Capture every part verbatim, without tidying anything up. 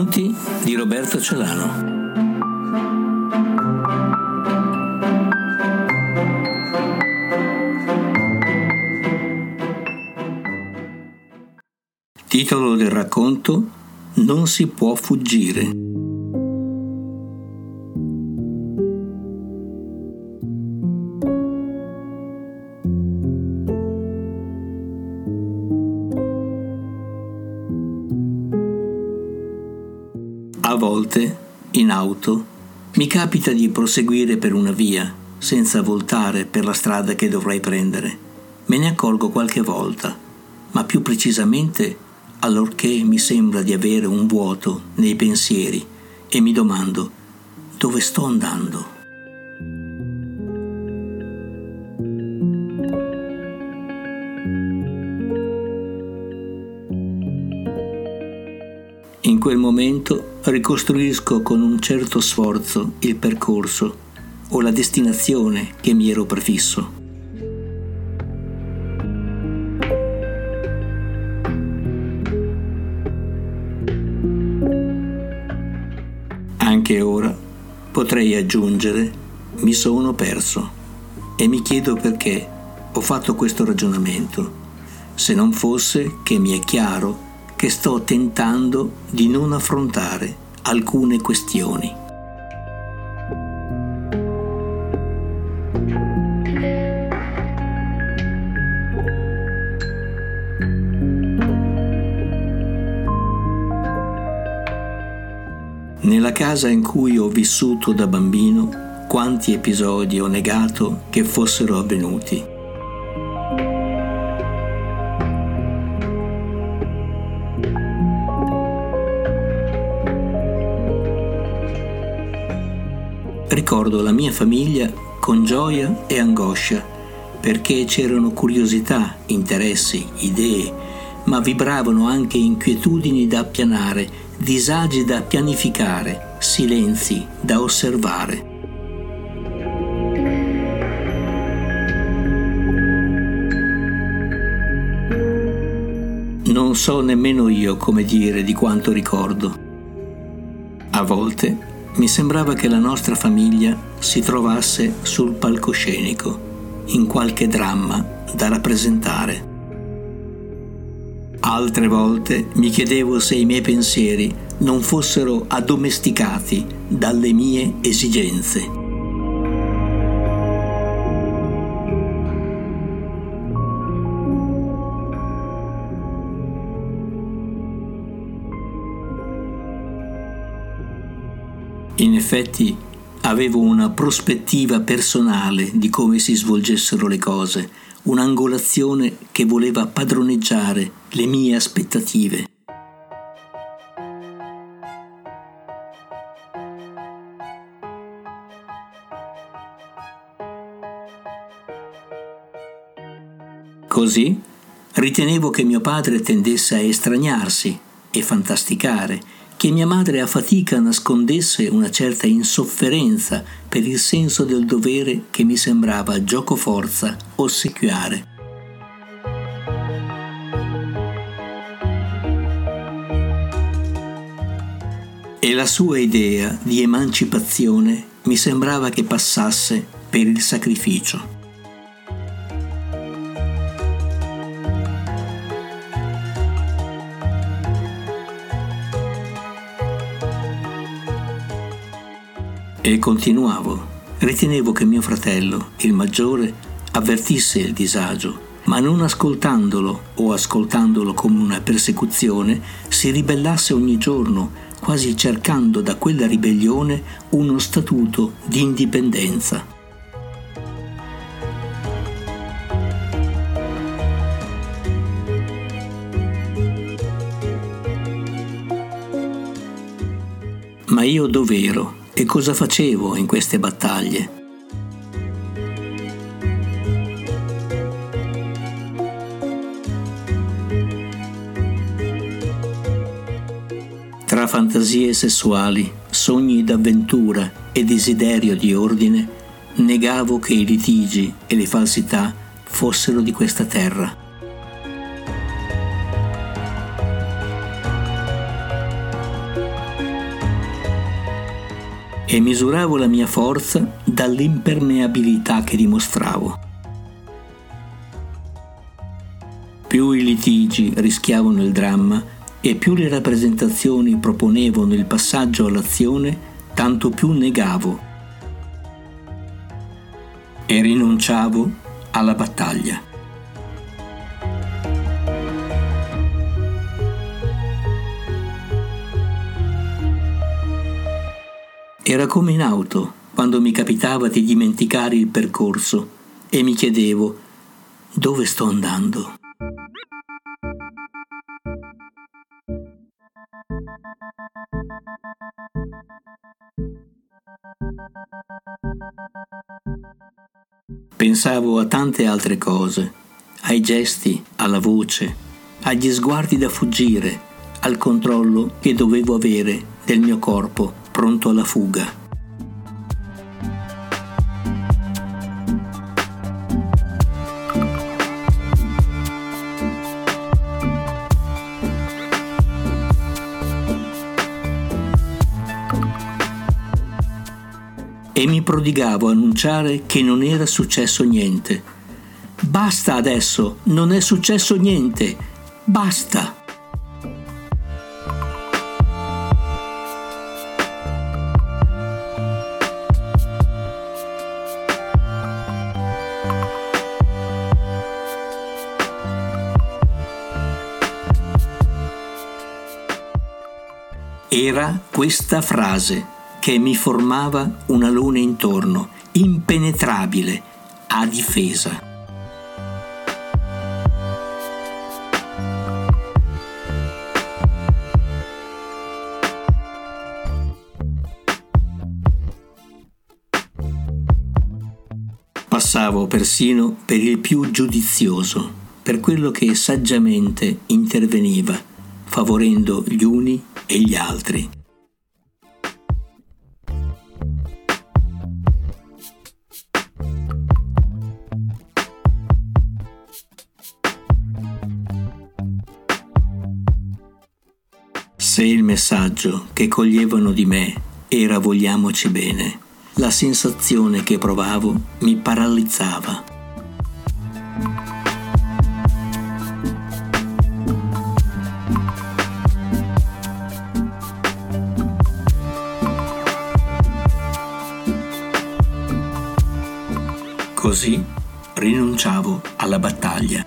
Racconti di Roberto Celano. Titolo del racconto: Non si può fuggire. A volte, in auto, mi capita di proseguire per una via, senza voltare per la strada che dovrei prendere. Me ne accorgo qualche volta, ma più precisamente allorché mi sembra di avere un vuoto nei pensieri e mi domando: dove sto andando? In quel momento ricostruisco con un certo sforzo il percorso o la destinazione che mi ero prefisso. Anche ora potrei aggiungere: mi sono perso, e mi chiedo perché ho fatto questo ragionamento, se non fosse che mi è chiaro che sto tentando di non affrontare alcune questioni. Nella casa in cui ho vissuto da bambino, quanti episodi ho negato che fossero avvenuti. Ricordo la mia famiglia con gioia e angoscia, perché c'erano curiosità, interessi, idee, ma vibravano anche inquietudini da appianare, disagi da pianificare, silenzi da osservare. Non so nemmeno io come dire di quanto ricordo. A volte mi sembrava che la nostra famiglia si trovasse sul palcoscenico, in qualche dramma da rappresentare. Altre volte mi chiedevo se i miei pensieri non fossero addomesticati dalle mie esigenze. In effetti avevo una prospettiva personale di come si svolgessero le cose, un'angolazione che voleva padroneggiare le mie aspettative. Così ritenevo che mio padre tendesse a estraniarsi e fantasticare, che mia madre a fatica nascondesse una certa insofferenza per il senso del dovere che mi sembrava giocoforza ossequiare. E la sua idea di emancipazione mi sembrava che passasse per il sacrificio. E continuavo. Ritenevo che mio fratello, il maggiore, avvertisse il disagio, ma non ascoltandolo o ascoltandolo come una persecuzione, si ribellasse ogni giorno, quasi cercando da quella ribellione uno statuto di indipendenza. Ma io dov'ero? E cosa facevo in queste battaglie? Tra fantasie sessuali, sogni d'avventura e desiderio di ordine, negavo che i litigi e le falsità fossero di questa terra. e misuravo la mia forza dall'impermeabilità che dimostravo. Più i litigi rischiavano il dramma e più le rappresentazioni proponevano il passaggio all'azione, tanto più negavo e rinunciavo alla battaglia. Era come in auto, quando mi capitava di dimenticare il percorso e mi chiedevo: dove sto andando? Pensavo a tante altre cose, ai gesti, alla voce, agli sguardi da fuggire, al controllo che dovevo avere del mio corpo pronto alla fuga. E mi prodigavo a annunciare che non era successo niente. Basta adesso, non è successo niente. Basta. Era questa frase che mi formava un alone intorno, impenetrabile, a difesa. Passavo persino per il più giudizioso, per quello che saggiamente interveniva, favorendo gli uni e gli altri. Se il messaggio che coglievano di me era vogliamoci bene, la sensazione che provavo mi paralizzava. Così rinunciavo alla battaglia.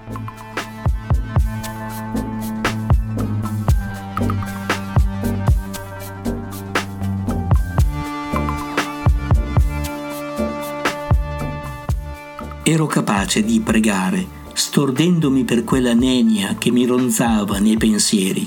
Ero capace di pregare, stordendomi per quella nenia che mi ronzava nei pensieri.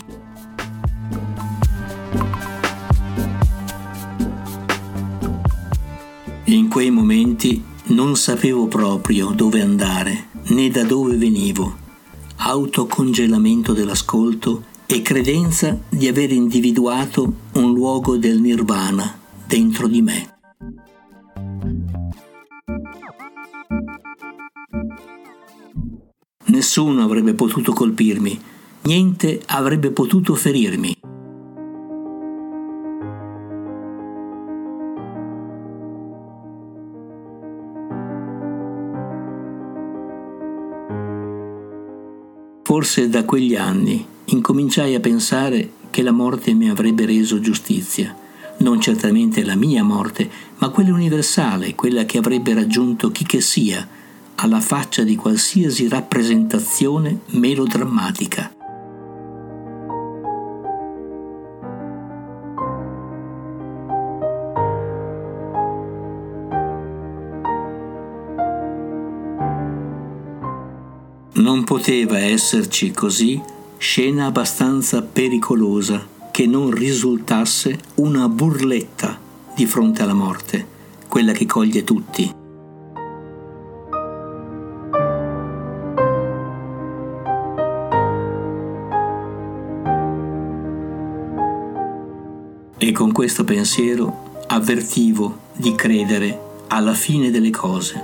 In quei momenti non sapevo proprio dove andare, né da dove venivo. Autocongelamento dell'ascolto e credenza di aver individuato un luogo del nirvana dentro di me. Nessuno avrebbe potuto colpirmi, niente avrebbe potuto ferirmi. Forse da quegli anni incominciai a pensare che la morte mi avrebbe reso giustizia, non certamente la mia morte, ma quella universale, quella che avrebbe raggiunto chi che sia, alla faccia di qualsiasi rappresentazione melodrammatica. Non poteva esserci così scena abbastanza pericolosa che non risultasse una burletta di fronte alla morte, quella che coglie tutti. E con questo pensiero avvertivo di credere alla fine delle cose.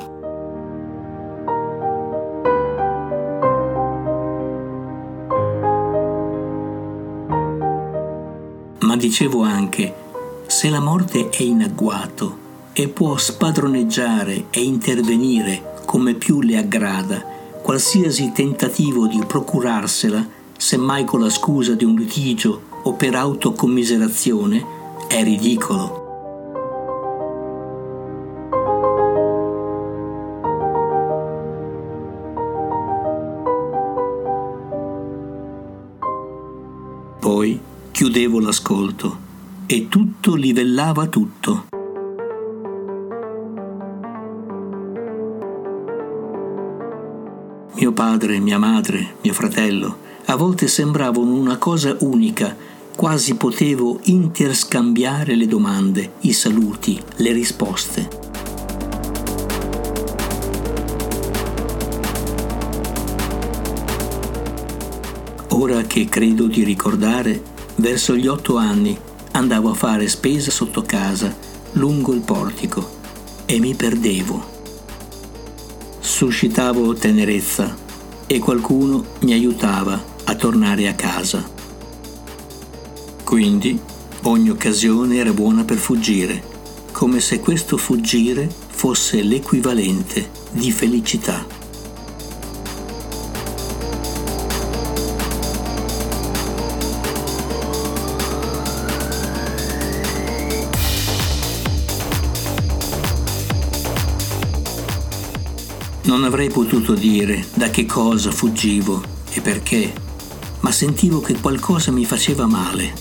Ma dicevo anche, Se la morte è in agguato e può spadroneggiare e intervenire come più le aggrada, qualsiasi tentativo di procurarsela, semmai con la scusa di un litigio o per autocommiserazione, è ridicolo. Poi chiudevo l'ascolto e tutto livellava tutto. Mio padre, mia madre, mio fratello, a volte sembravano una cosa unica, quasi potevo interscambiare le domande, i saluti, le risposte. Ora che credo di ricordare, verso gli otto anni andavo a fare spesa sotto casa, lungo il portico, e mi perdevo. Suscitavo tenerezza e qualcuno mi aiutava a tornare a casa. Quindi ogni occasione era buona per fuggire, come se questo fuggire fosse l'equivalente di felicità. Non avrei potuto dire da che cosa fuggivo e perché, ma sentivo che qualcosa mi faceva male.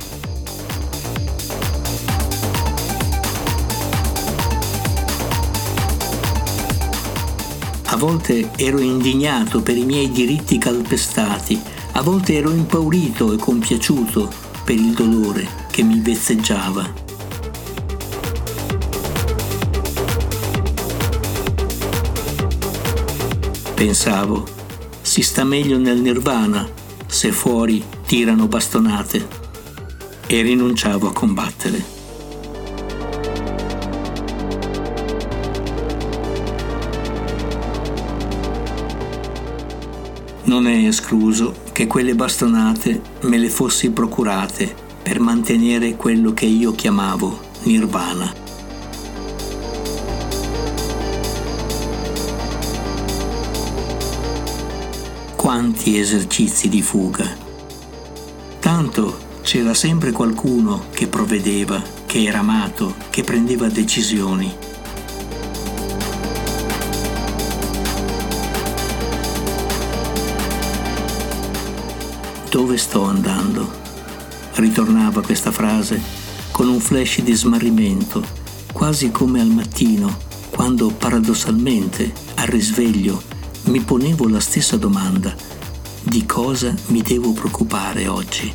A volte ero indignato per i miei diritti calpestati, a volte ero impaurito e compiaciuto per il dolore che mi vezzeggiava. Pensavo, si sta meglio nel nirvana se fuori tirano bastonate, e rinunciavo a combattere. Non è escluso che quelle bastonate me le fossi procurate per mantenere quello che io chiamavo nirvana. Quanti esercizi di fuga! Tanto c'era sempre qualcuno che provvedeva, che era amato, che prendeva decisioni. Dove sto andando? Ritornava questa frase con un flash di smarrimento, quasi come al mattino, quando paradossalmente, al risveglio, mi ponevo la stessa domanda: di cosa mi devo preoccupare oggi?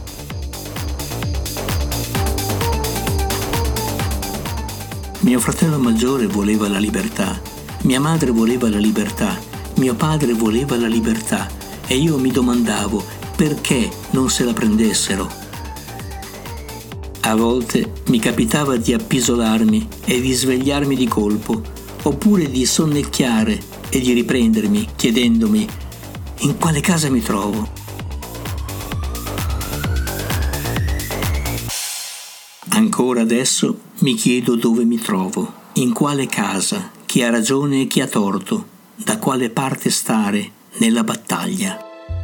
Mio fratello maggiore voleva la libertà, mia madre voleva la libertà, mio padre voleva la libertà, e io mi domandavo perché non se la prendessero. A volte mi capitava di appisolarmi e di svegliarmi di colpo, oppure di sonnecchiare e di riprendermi chiedendomi in quale casa mi trovo. Ancora adesso mi chiedo dove mi trovo, in quale casa, chi ha ragione e chi ha torto, da quale parte stare nella battaglia.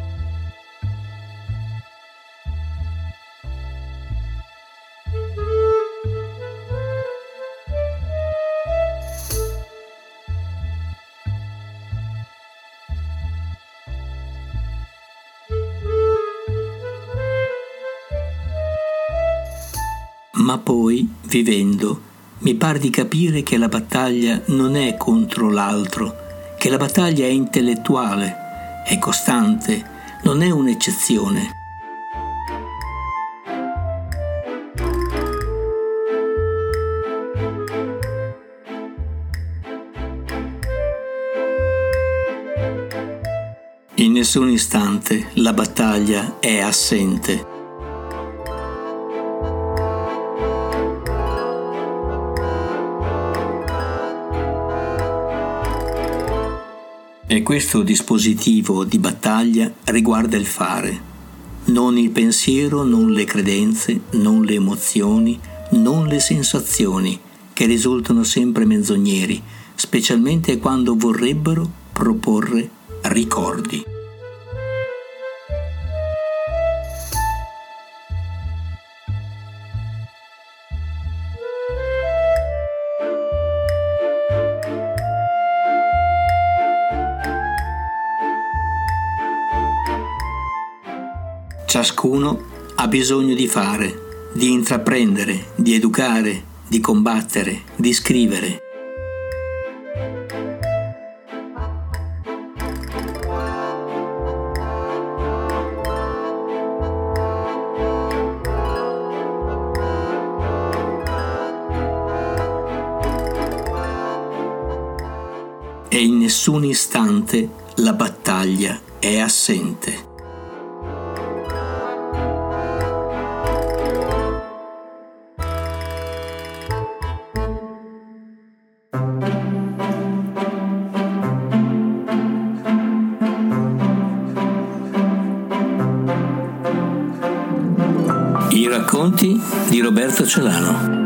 Ma poi, vivendo, mi par di capire che la battaglia non è contro l'altro, che la battaglia è intellettuale, è costante, non è un'eccezione. In nessun istante la battaglia è assente. E questo dispositivo di battaglia riguarda il fare, non il pensiero, non le credenze, non le emozioni, non le sensazioni, che risultano sempre menzogneri, specialmente quando vorrebbero proporre ricordi. Ciascuno ha bisogno di fare, di intraprendere, di educare, di combattere, di scrivere. E in nessun istante la battaglia è assente. I racconti di Roberto Celano.